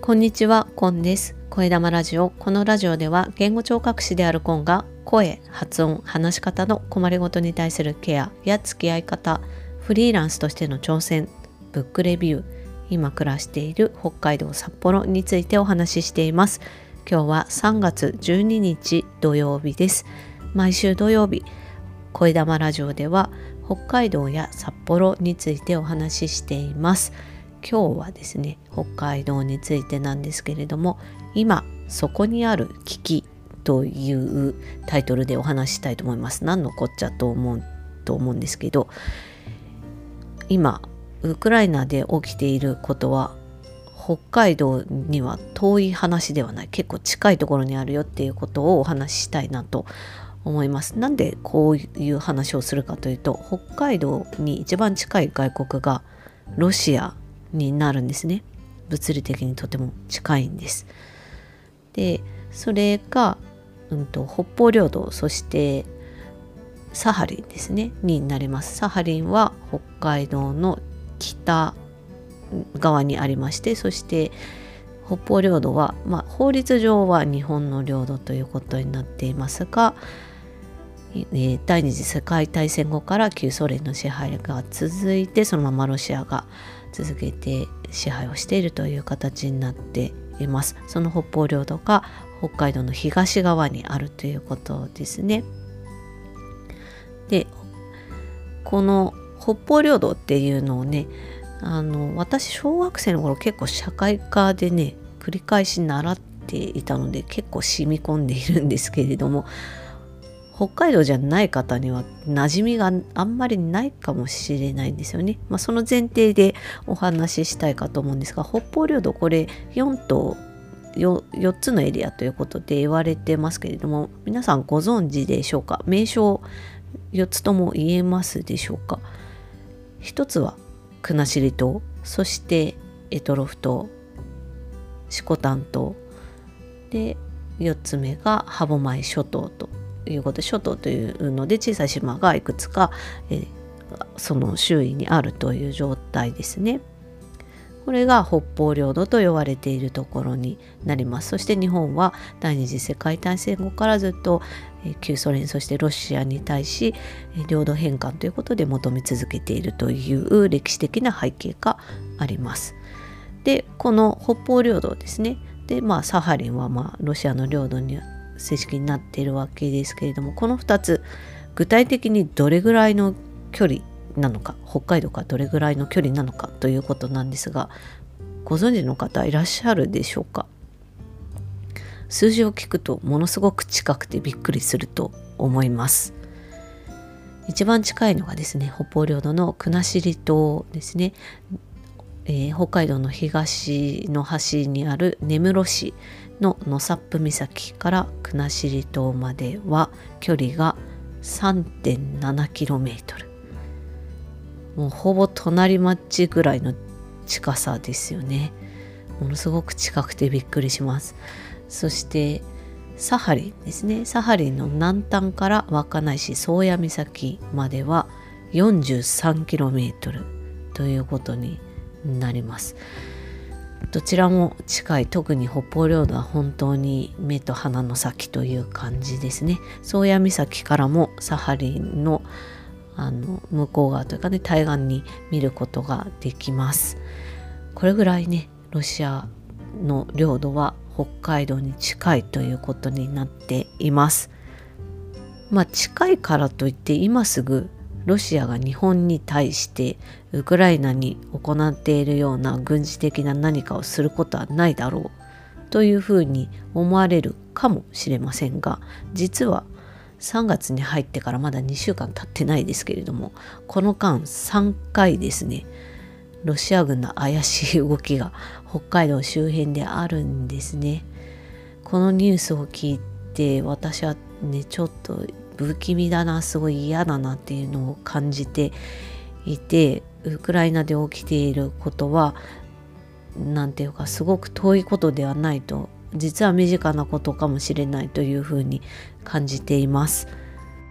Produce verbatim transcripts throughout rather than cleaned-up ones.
こんにちは、コンです。声玉ラジオ。このラジオでは言語聴覚士であるコンが声、発音、話し方の困りごとに対するケアや付き合い方、フリーランスとしての挑戦、ブックレビュー、今暮らしている北海道札幌についてお話ししています。今日はさんがつじゅうににち土曜日です。毎週土曜日、声玉ラジオでは北海道や札幌についてお話ししています。今日はですね、北海道についてなんですけれども、今そこにある危機というタイトルでお話ししたいと思います。何のこっちゃと思うと思うんですけど、今ウクライナで起きていることは北海道には遠い話ではない、結構近いところにあるよっていうことをお話ししたいなと思います。なんでこういう話をするかというと、北海道に一番近い外国がロシアになるんですね。物理的にとても近いんです。で、それが、うん、と北方領土、そしてサハリンですねになります。サハリンは北海道の北側にありまして、そして北方領土は、まあ、法律上は日本の領土ということになっていますが、え第二次世界大戦後から旧ソ連の支配が続いて、そのままロシアが続けて支配をしているという形になっています。その北方領土が北海道の東側にあるということですね。で、この北方領土っていうのをね、あの私小学生の頃結構社会科でね繰り返し習っていたので結構染み込んでいるんですけれども、北海道じゃない方には馴染みがあんまりないかもしれないんですよね。まあ、その前提でお話ししたいかと思うんですが、北方領土これよんとう 4, 4つのエリアということで言われてますけれども、皆さんご存知でしょうか。名称よっつとも言えますでしょうか。ひとつは国後島、そして択捉島、色丹島で、よっつめが歯舞諸島ということで、諸島というので小さい島がいくつか、えー、その周囲にあるという状態ですね。これが北方領土と呼ばれているところになります。そして日本は第二次世界大戦後からずっと、えー、旧ソ連、そしてロシアに対し、えー、領土返還ということで求め続けているという歴史的な背景があります。で、この北方領土ですね。で、まあサハリンはまあロシアの領土に正式になっているわけですけれども、このふたつ具体的にどれぐらいの距離なのか、北海道からどれぐらいの距離なのかということなんですが、ご存知の方いらっしゃるでしょうか。数字を聞くとものすごく近くてびっくりすると思います。一番近いのがですね、北方領土の国後島ですね。えー、北海道の東の端にある根室市の納沙布岬から国後島までは距離が さんてんななキロメートル、もうほぼ隣町ぐらいの近さですよね。ものすごく近くてびっくりします。そしてサハリンですね。サハリンの南端から稚内市宗谷岬までは よんじゅうさんキロメートル ということになります。どちらも近い。特に北方領土は本当に目と鼻の先という感じですね。宗谷岬からもサハリンのあの向こう側というかね、対岸に見ることができます。これぐらいね、ロシアの領土は北海道に近いということになっています。まあ近いからといって今すぐロシアが日本に対してウクライナに行っているような軍事的な何かをすることはないだろうというふうに思われるかもしれませんが、実はさんがつに入ってからまだにしゅうかん経ってないですけれども、この間さんかいですね、ロシア軍の怪しい動きが北海道周辺であるんですね。このニュースを聞いて私はね、ちょっと不気味だな、すごい嫌だなっていうのを感じていて、ウクライナで起きていることはなんていうかすごく遠いことではないと、実は身近なことかもしれないというふうに感じています。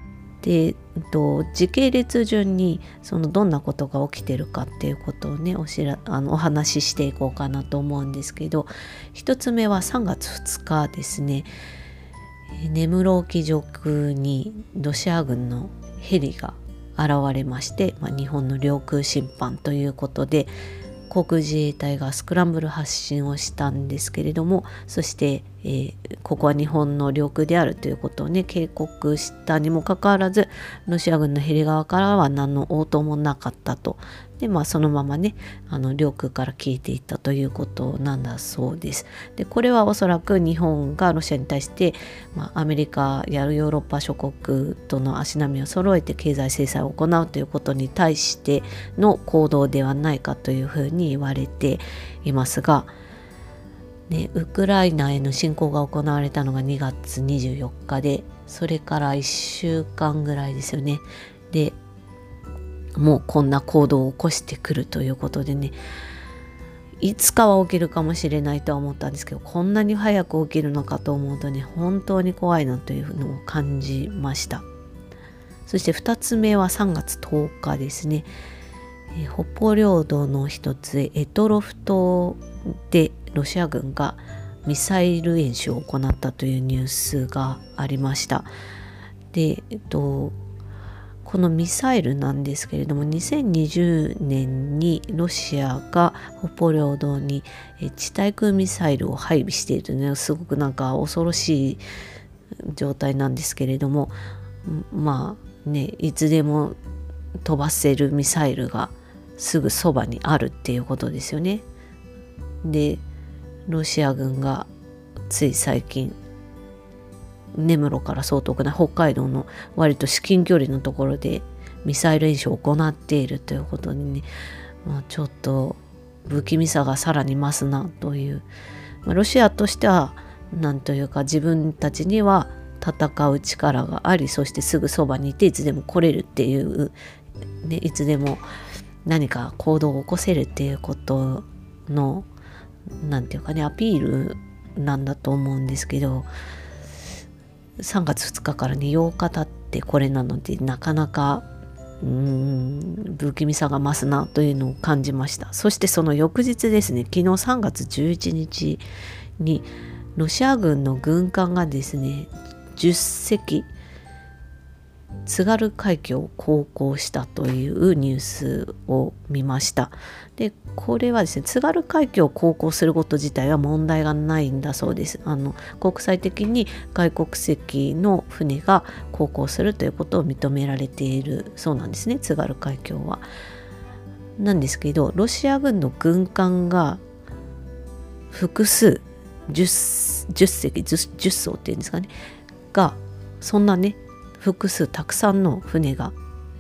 で、えっと、時系列順にそのどんなことが起きてるかっていうことをねおしらあのお話ししていこうかなと思うんですけど、一つ目はさんがつふつかですね。根室沖上空にロシア軍のヘリが現れまして、まあ、日本の領空侵犯ということで航空自衛隊がスクランブル発進をしたんですけれども、そして、えー、ここは日本の領空であるということをね警告したにもかかわらず、ロシア軍のヘリ側からは何の応答もなかったと。でまあそのままねあの領空から消えていったということなんだそうです。でこれはおそらく日本がロシアに対して、まあ、アメリカやヨーロッパ諸国との足並みを揃えて経済制裁を行うということに対しての行動ではないかというふうに言われていますが、ね、ウクライナへの侵攻が行われたのがにがつにじゅうよっかで、それからいっしゅうかんぐらいですよね。でもうこんな行動を起こしてくるということでね、いつかは起きるかもしれないとは思ったんですけど、こんなに早く起きるのかと思うとね本当に怖いなというのを感じました。そしてふたつめはさんがつとおかですね。え北方領土の一つ択捉島でロシア軍がミサイル演習を行ったというニュースがありました。で、えっとこのミサイルなんですけれども、にせんにじゅうねんにロシアが北方領土に地対空ミサイルを配備しているというのはすごくなんか恐ろしい状態なんですけれども、まあねいつでも飛ばせるミサイルがすぐそばにあるっていうことですよね。でロシア軍がつい最近根室からそう遠くない北海道の割と至近距離のところでミサイル演習を行っているということにね、まあ、ちょっと不気味さがさらに増すなという、まあ、ロシアとしてはなんというか自分たちには戦う力があり、そしてすぐそばにいていつでも来れるっていう、ね、いつでも何か行動を起こせるっていうことのなんていうかねアピールなんだと思うんですけど、さんがつふつかからねようか経ってこれなのでなかなかうーん不気味さが増すなというのを感じました。そしてその翌日ですね、昨日さんがつじゅういちにちにロシア軍の軍艦がですねじゅっせき津軽海峡を航行したというニュースを見ました。でこれはですね津軽海峡を航行すること自体は問題がないんだそうです。あの国際的に外国籍の船が航行するということを認められているそうなんですね、津軽海峡は。なんですけどロシア軍の軍艦が複数 10, 10隻 10, 10艘っていうんですかねがそんなね複数たくさんの船が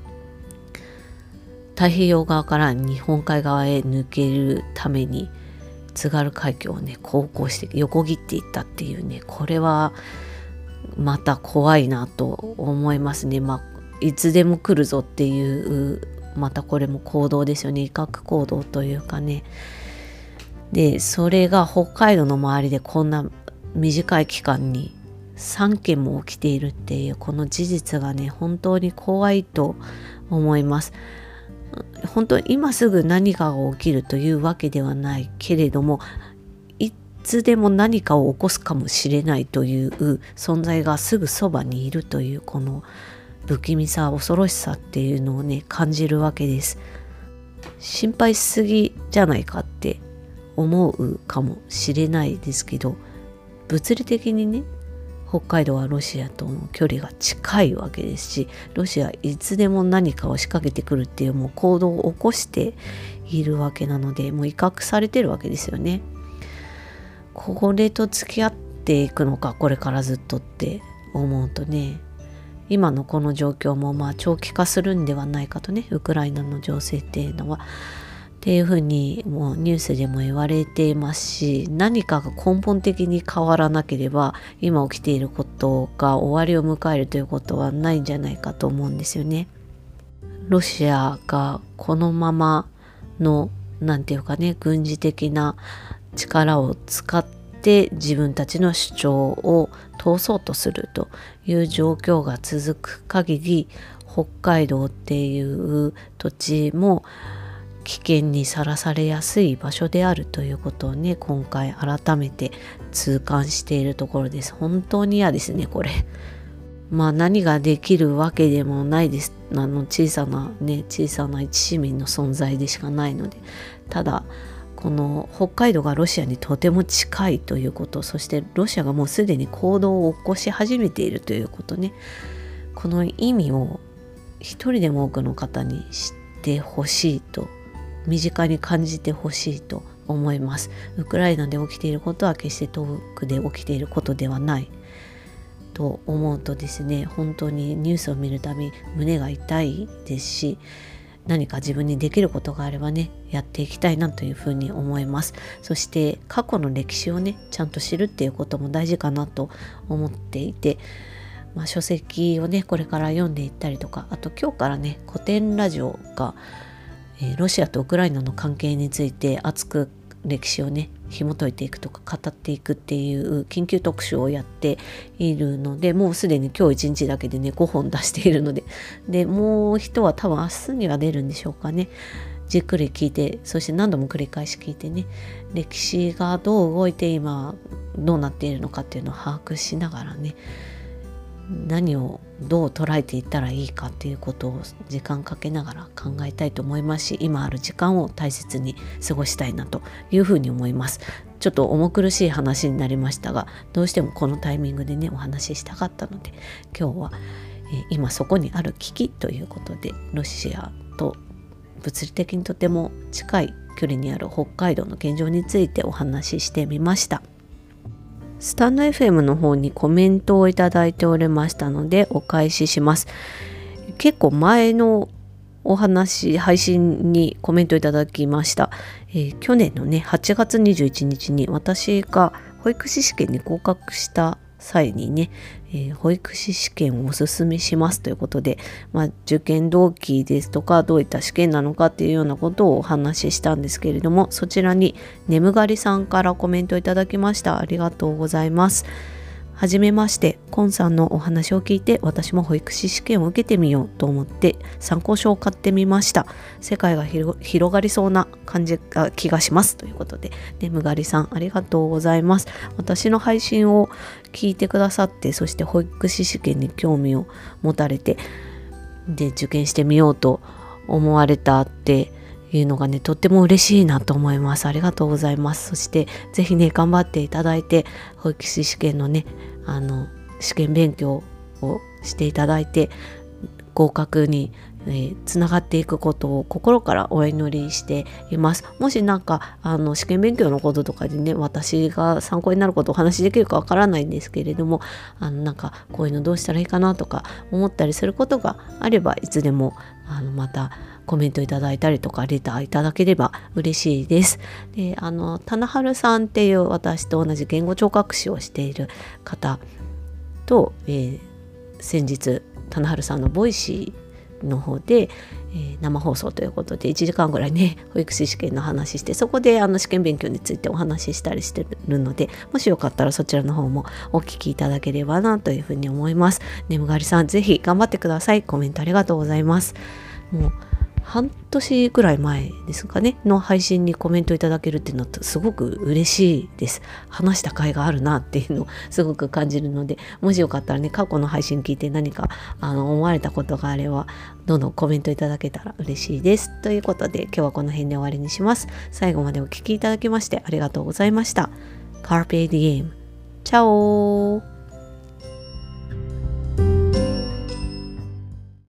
太平洋側から日本海側へ抜けるために津軽海峡をね航行して横切っていったっていうね、これはまた怖いなと思いますね。まあいつでも来るぞっていうまたこれも行動ですよね、威嚇行動というかね。でそれが北海道の周りでこんな短い期間にさんけんも起きているっていうこの事実がね本当に怖いと思います。本当に今すぐ何かが起きるというわけではないけれども、いつでも何かを起こすかもしれないという存在がすぐそばにいるというこの不気味さ恐ろしさっていうのをね感じるわけです。心配しすぎじゃないかって思うかもしれないですけど、物理的にね北海道はロシアとの距離が近いわけですし、ロシアいつでも何かを仕掛けてくるっていうもう行動を起こしているわけなので、もう威嚇されてるわけですよね。これと付き合っていくのかこれからずっとって思うとね、今のこの状況もまあ長期化するんではないかとね、ウクライナの情勢っていうのはっていうふうにもうニュースでも言われていますし、何かが根本的に変わらなければ今起きていることが終わりを迎えるということはないんじゃないかと思うんですよね。ロシアがこのままのなんていうかね軍事的な力を使って自分たちの主張を通そうとするという状況が続く限り、北海道っていう土地も危険にさらされやすい場所であるということをね、今回改めて痛感しているところです。本当に嫌ですね、これ。まあ何ができるわけでもないです。あの小さなね、小さな一市民の存在でしかないので、ただこの北海道がロシアにとても近いということ、そしてロシアがもうすでに行動を起こし始めているということね、この意味を一人でも多くの方に知ってほしいと、身近に感じてほしいと思います。ウクライナで起きていることは決して遠くで起きていることではないと思うとですね、本当にニュースを見るたび胸が痛いですし、何か自分にできることがあればね、やっていきたいなというふうに思います。そして過去の歴史をね、ちゃんと知るっていうことも大事かなと思っていて、まあ、書籍をねこれから読んでいったりとか、あと今日からね古典ラジオが、えー、ロシアとウクライナの関係について熱く歴史をね紐解いていくとか語っていくっていう緊急特集をやっているので、もうすでに今日いちにちだけでねごほん出しているので、でもう人は多分明日には出るんでしょうかね。じっくり聞いて、そして何度も繰り返し聞いてね、歴史がどう動いて今どうなっているのかっていうのを把握しながらね、何をどう捉えていったらいいかっていうことを時間かけながら考えたいと思いますし、今ある時間を大切に過ごしたいなというふうに思います。ちょっと重苦しい話になりましたが、どうしてもこのタイミングでねお話ししたかったので、今日は、えー、今そこにある危機ということで、ロシアと物理的にとても近い距離にある北海道の現状についてお話ししてみました。スタンド エフエム の方にコメントをいただいておりましたのでお返しします。結構前のお話配信にコメントいただきました。えー、去年のねはちがつにじゅういちにちに私が保育士試験に合格した際にね、えー、保育士試験をおすすめしますということで、まあ、受験動機ですとかどういった試験なのかっていうようなことをお話ししたんですけれども、そちらに眠がりさんからコメントいただきました。ありがとうございます。はじめまして、コンさんのお話を聞いて私も保育士試験を受けてみようと思って参考書を買ってみました。世界が広がりそうな感じが気がしますということで、眠がりさんありがとうございます。私の配信を聞いてくださって、そして保育士試験に興味を持たれて、で受験してみようと思われたっていうのがねとっても嬉しいなと思います。ありがとうございます。そしてぜひね頑張っていただいて、保育士試験のねあの試験勉強をしていただいて合格にえー、つながっていくことを心からお祈りしています。もしなんかあの試験勉強のこととかでね私が参考になることをお話しできるかわからないんですけれども、あのなんかこういうのどうしたらいいかなとか思ったりすることがあれば、いつでもあのまたコメントいただいたりとかレターいただければ嬉しいです。で、あの棚春さんっていう私と同じ言語聴覚士をしている方と、えー、先日棚春さんのボイシーの方で、えー、生放送ということでいちじかんぐらいね保育士試験の話して、そこであの試験勉強についてお話ししたりしてるので、もしよかったらそちらの方もお聞きいただければなというふうに思います。眠がりさんぜひ頑張ってください。コメントありがとうございます。もう半年くらい前ですかねの配信にコメントいただけるっていうのはすごく嬉しいです。話した甲斐があるなっていうのをすごく感じるので、もしよかったらね過去の配信聞いて何かあの思われたことがあればどんどんコメントいただけたら嬉しいです。ということで今日はこの辺で終わりにします。最後までお聞きいただきましてありがとうございました。カーペディエム。チャオー。